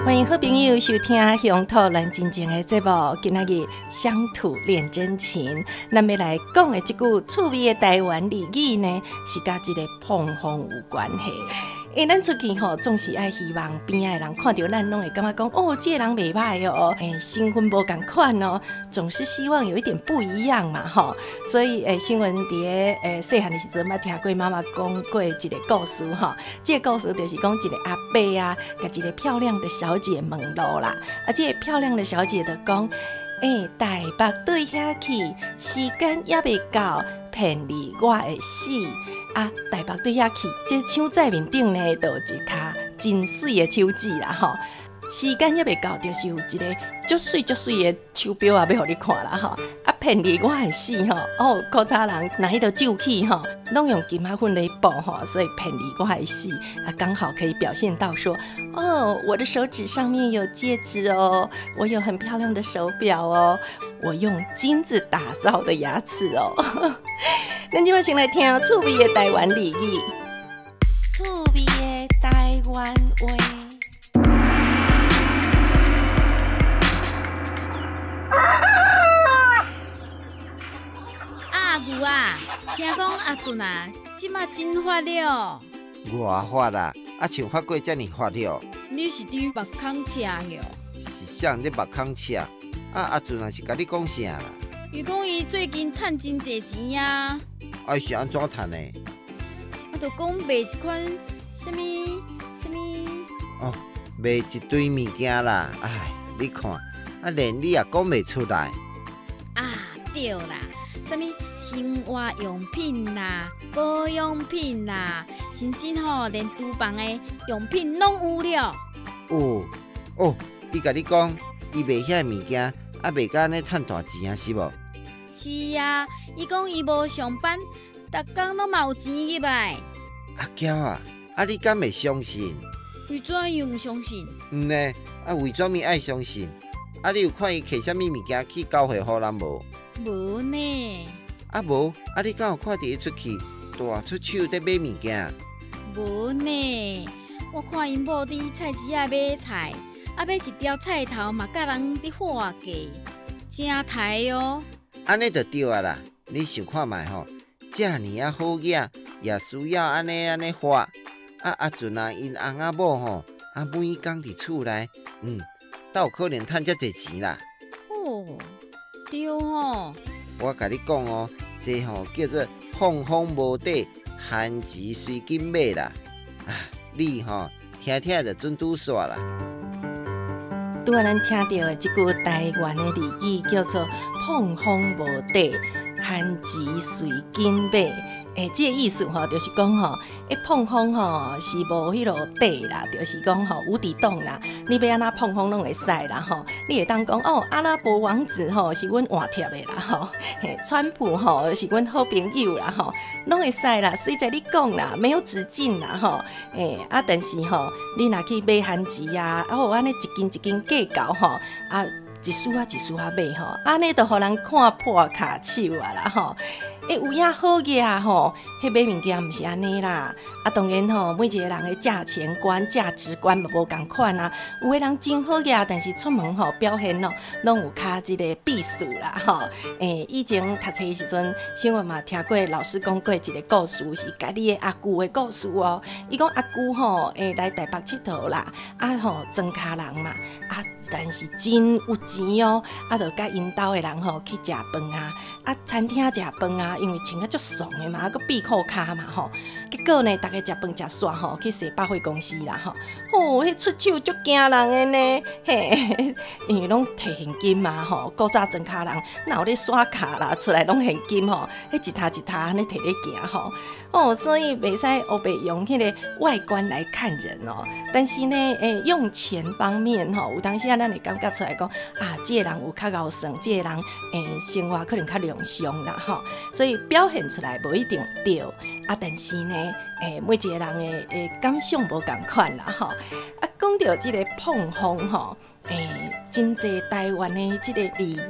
欢迎好朋友收听《乡土咱真情》的节目。今仔日乡土恋真情，咱要来讲的这句趣味的台湾俚语呢，是甲这个碰风有关系。咱出去总是爱希望边仔的人看到咱，拢会感觉讲哦，这个人袂歹哦，身份无同款哦，总是希望有一点不一样嘛所以新闻伫细汉的时阵，捌听过妈妈讲过一个故事这个故事就是讲一个阿伯啊，甲一个漂亮的小姐问路啦，这个漂亮的小姐就讲台北对遐去，时间也未到，骗你我会死。台北对遐去，这手载面顶呢，就有一卡真水的手指啦时间也未到，就是有一个足水的手表要互你看啦骗你我会死古早人那迄个酒器拢用金仔粉来补所以骗你我会死刚好可以表现到说我的手指上面有戒指哦，我有很漂亮的手表哦，我用金子打造的牙齿哦。咱今晚先来听趣味的台湾俚语，趣味的台湾话。 牛啊，听讲阿俊啊，即马真发了。 我发啦，像发过遮尔发了。 你是伫目孔车哟？ 是谁咧目孔车？阿俊啊是甲你讲啥啦？ 伊讲伊最近趁真侪钱啊。 是安怎趁的？ 就讲卖一款什么？ 卖一堆物件啦。你看，连你也讲袂出来。 对啦，什么生活用品啦、保养品啦，甚至连厨房的用品拢有了。 伊甲你讲，伊卖遐物件，卖甲安尼趁大钱是无？ 是啊，伊讲伊无上班，逐工拢嘛有钱入来。 阿娇啊，你敢袂相信？ 为怎样毋相信？ 呢，为怎么爱相信？你有看伊摕啥物物件去交货互咱无？ 无呢。 无，你敢有看到伊出去大出手在买物件？ 无呢，我看因某伫菜市仔买菜，买一条菜头嘛，甲人伫划价，真刣哦。 安尼就对啊啦，你想看卖遮尔好嘢，也需要安尼花。阿俊啊，因翁仔某每工伫厝内，才有可能趁遮侪钱啦。 对我甲你讲这叫做碰风无底，闲钱随紧买啦。你听听就准拄煞啦。 拄仔咱听到的这句台湾的俚语叫做碰风无底，闲钱随紧买。这个意思就是讲碰风是无迄落底啦，就是讲无底洞啦。你要安那碰风拢会使啦你会当讲阿拉伯王子是阮换贴的啦川普是阮好朋友啦拢会使啦。虽在你讲啦，没有止境啦但是你若去买番薯啊，安尼一斤一斤计较一束啊一束啊买安尼就互人看破骹手啊啦有影好嘢迄买物件毋是安尼啦。当然每一个人的价钱观、价值观嘛无同款啊。有的人真好嘢，但是出门表现拢有较一个避暑啦以前读册的时阵，新闻嘛听过老师讲过一个故事，是家己的阿舅的故事伊讲阿舅来台北佚佗啦，庄脚人嘛但是真有钱就甲因兜的人去食饭餐厅食饭因为穿足爽的嘛，佮闭裤骹嘛结果呢，大家食饭食煞去洗百货公司啦迄出手足惊人的呢因为拢摕现金嘛古早庄脚人哪有咧刷卡啦，出来拢现金迄一沓一沓安尼摕咧行所以袂使黑白用迄个外观来看人但是呢用钱方面有当时咱会感觉出来讲这个人有较贤顺，这个人生活可能较良善啦所以表现出来无一定对但是呢每一个人的感想无同款啦讲到这个碰风真侪台湾的这个俚语啦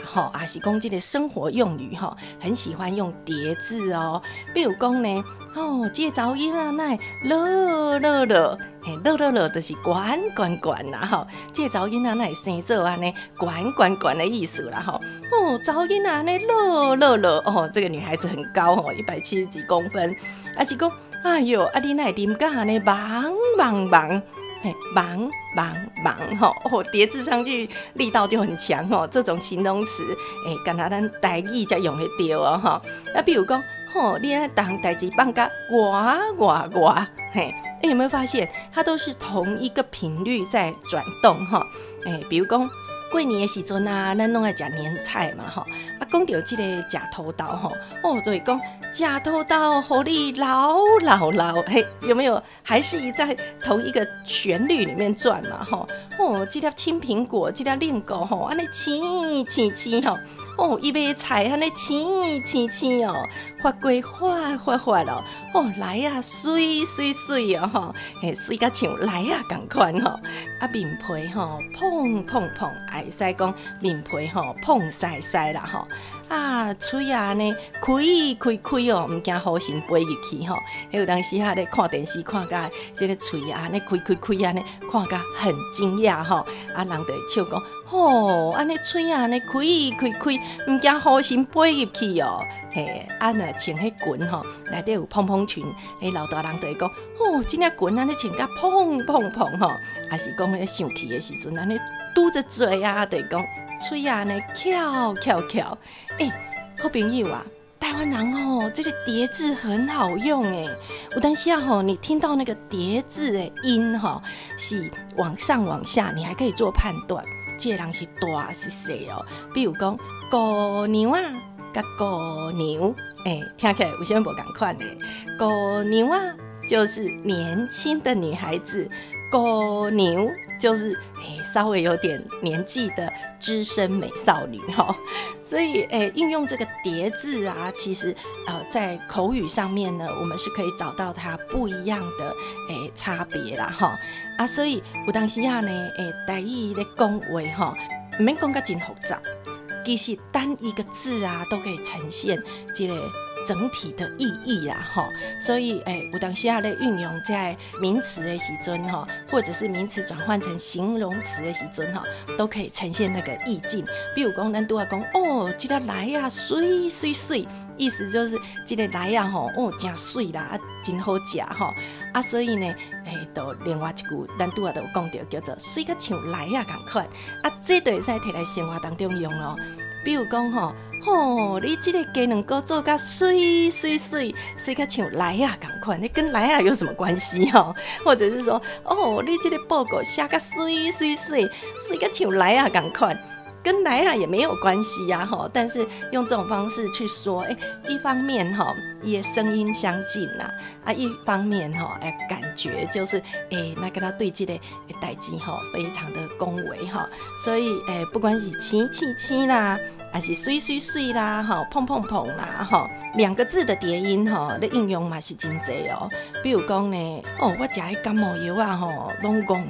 吼，也是讲这个生活用语吼，很喜欢用叠字哦。比如讲呢，这个查某囡仔乃乐乐乐，嘿，乐乐乐就是管管管啦吼。这个查某囡仔乃生做安尼管管管的意思啦吼。查某囡仔安尼乐乐乐，这个女孩子很高170几公分，还是讲，哎哟，你乃啉甲安尼忙忙忙。嘿，忙忙忙叠字上去力道就很强这种形容词，敢若咱台语才用得到哦那比如讲，你那当代志放甲哇，嘿，有没有发现它都是同一个频率在转动比如讲过年的时阵啊，咱拢爱食年菜嘛讲到这个食土豆就是讲吃土豆，互你老，嘿，有没有？还是在同一个旋律里面转嘛这粒青苹果，这粒令狗安尼青伊买菜安尼青发规发来啊水嘿，水甲像来啊同款面皮碰，会使讲面皮碰晒啦嘴啊呢开唔惊雨神飞入去有当时咧看电视看甲这个嘴啊呢开安尼看甲很惊讶人就会笑讲安尼嘴啊呢开唔惊雨神飞入去嘿，若穿迄裙内底有蓬蓬裙，老大人就会讲这领裙安尼穿甲蓬还是讲生气的时阵安尼嘟着嘴啊，就会讲嘴啊呢翘，好朋友啊，台湾人这个叠字很好用有当时你听到那个叠字的音是往上往下，你还可以做判断，这个人是大是小比如讲姑娘啊，甲姑娘，听起来有啥无同款的？姑娘啊，就是年轻的女孩子。姑娘就是稍微有点年纪的资深美少女所以运用这个叠字啊，其实在口语上面呢，我们是可以找到它不一样的差别啦所以有当时呢台语咧讲话唔免讲甲真复杂，其实单一个字啊都可以呈现这个整体的意义啦所以有当时咧运用在名词的时阵或者是名词转换成形容词的时阵都可以呈现那个意境。比如讲咱拄仔讲这个来啊水，意思就是这个来啊真水啦，真好食所以呢就另外一句咱拄仔就讲到叫做水甲像来啊同款这就会使摕来生活当中用咯。比如讲你这个鸡卵糕做甲水甲像来啊同款，你跟来啊有什么关系或者是说你这个报告写甲水甲像来啊同款，跟来啊也没有关系但是用这种方式去说一方面也声音相近啦一方面感觉就是那跟他对这个代志非常的恭维所以不管是青啦还是水啦碰啦两个字的叠音的应用嘛是真多比如讲呢我吃的感冒药啊拢戆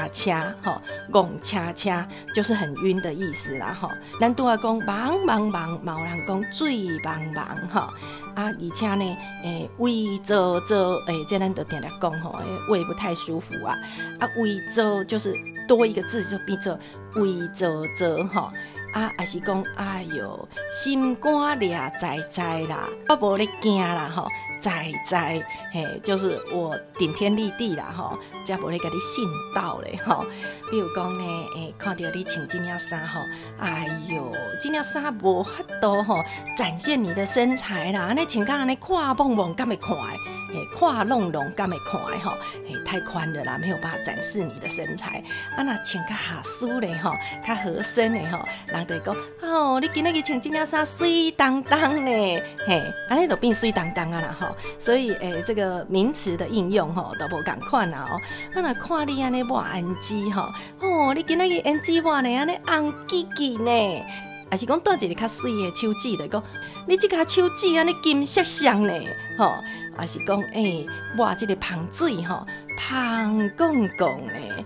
车就是很晕的意思啦咱拄仔讲忙，嘛有人讲醉忙而且呢胃糟这咱就定定讲胃不太舒服胃糟就是多一个字就变做胃糟还是讲哎哟心肝俩在啦，我无咧惊啦在就是我顶天立地啦才无咧甲你信道咧比如讲呢看到你穿这件衫哎哟这件衫无法度展现你的身材啦，安尼穿甲安尼看蹦敢会看看弄敢会看太宽了啦，没有办法展示你的身材若穿较下舒咧较合身的人就会讲你今日穿这件衫水当当呢安尼就变水当当啦所以这个名词的应用都无同款啦若看你安尼抹胭脂你今日胭脂抹呢安尼红叽叽呢，还是讲带一个较水的手指就讲你这个手指安尼金闪闪呢还是讲抹这个香水香公公呢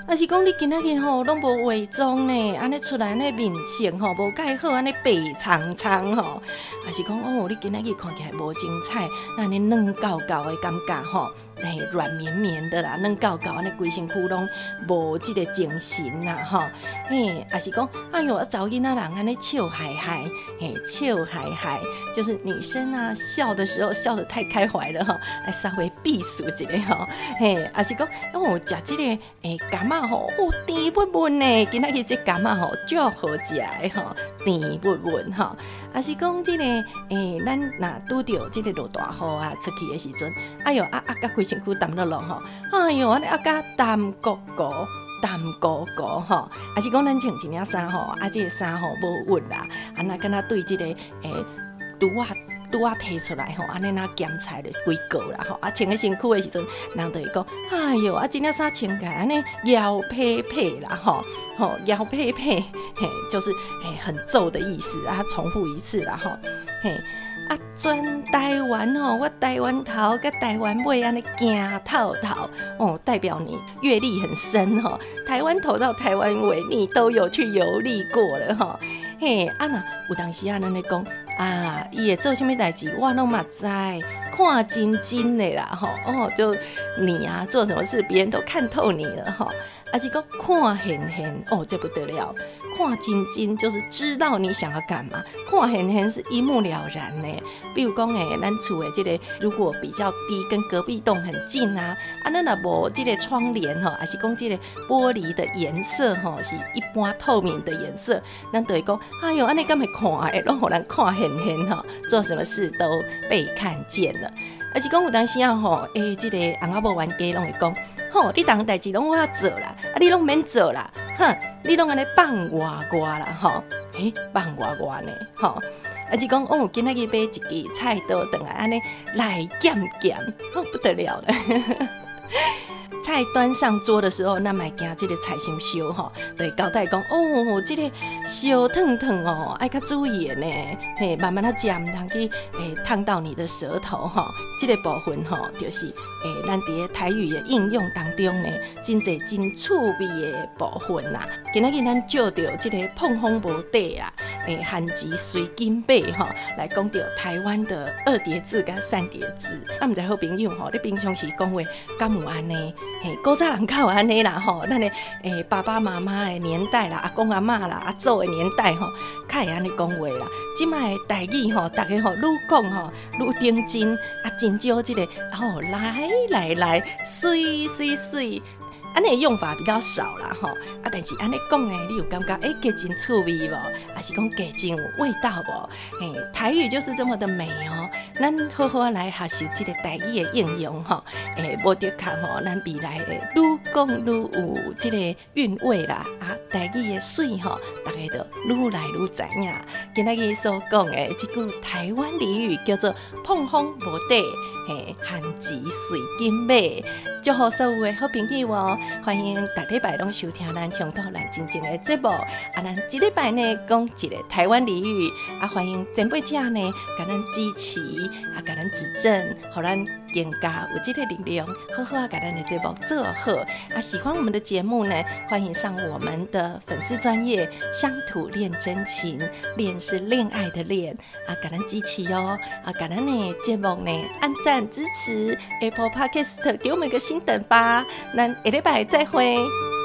啊是讲你今仔日吼拢无化妆呢，安尼出来安尼面色吼无介好，安尼白苍苍吼，啊是讲哦，你今仔日看起来无精彩，安尼软厚厚的感觉吼。软绵绵的啦，软厚厚安尼规身躯拢无即个精神啦吼，也是讲，哎哟，查囡仔人安尼笑嗨嗨，笑嗨嗨，就是女生啊笑的时候笑得太开怀了吼，来稍微避暑一下吼，也是讲，哦，食即个柑仔吼，哦，甜温温呢，今仔日这柑仔吼，足好食的吼，甜温温吼，也是讲即个咱若拄着即个落大雨啊，出去的时阵，哎哟，甲规身躯澹落落吼，哎哟，安尼甲澹糊糊吼，还是讲咱穿一领衫吼，即个衫吼无韵啦，那敢若对即个拄啊摕出来吼，安尼那咸菜就规个啦吼，穿喺身躯的时阵，人就会讲，哎哟，即领衫穿起来安尼腰佩佩啦吼，腰佩佩，就是很皱的意思啊，重复一次啦吼，全台湾吼，我台湾头甲台湾尾安尼行透透哦，代表你阅历很深吼。台湾头到台湾尾，你都有去游历过了吼。若有当时咱咧讲伊会做啥物代志，我拢嘛知，看真真的啦吼。哦，就你啊，做什么事别人都看透你了吼。是讲看现现哦，这不得了。看真真就是知道你想要干嘛，看现现是一目了然呢。比如讲咱厝的这个如果比较低，跟隔壁栋很近啊，咱若无这个窗帘吼，还是讲这个玻璃的颜色吼，是一般透明的颜色，咱就会讲，哎哟，安尼敢会看的，拢互人看现现吼，做什么事都被看见了。而是讲有当时啊吼，这个翁仔某冤家拢会讲，吼，你当代志拢我做啦，你拢免做啦。哼，你拢安尼放外啦吼，放外呢吼，是讲哦，今仔日买一支菜刀回来安尼来咸咸，哦不得了了。菜端上桌的时候，咱卖惊这个菜伤烧吼，就会交代讲哦，这个烧烫烫哦，爱较注意的呢。慢慢啊食，唔通去烫到你的舌头吼。这个部分吼，就是咱伫个台语的应用当中呢，真侪真趣味的部分啦。今仔日咱照着这个碰风无底啊，韩籍随金贝吼，来讲到台湾的2叠字跟3叠字。唔知好朋友吼，你平常时讲话敢有安尼？古早人较有安尼啦吼，咱的爸爸妈妈的年代啦，阿公阿嬷啦，阿祖的年代吼，较会安尼讲话啦。即摆的台语吼，大家吼愈讲吼愈认真，真少这个来，水。安尼用法比较少啦吼，但是安尼讲呢，你有感觉加真趣味无？还是讲加真有味道无？台语就是这么的美哦，咱好好来学习这个台语的应用吼，无得看吼，咱未来的愈讲愈有这个韵味啦，台语的水吼，大家就愈来愈知影。今仔日所讲的这句台湾俚语叫做碰风无底。韩籍随金买，祝福所有的好朋友哦！欢迎大礼拜拢收听咱乡土蓝真正的节目。咱这礼拜呢讲一个台湾俚语，欢迎前辈者呢，甲咱支持，甲咱指正，互咱更加有这个力量，好好甲咱的节目做好。喜欢我们的节目呢，欢迎上我们的粉丝专页乡土恋真情，恋是恋爱的恋，甲咱支持哦，甲咱的节目呢按赞支持 Apple Podcast， 给我们一个星等吧。咱下礼拜再会。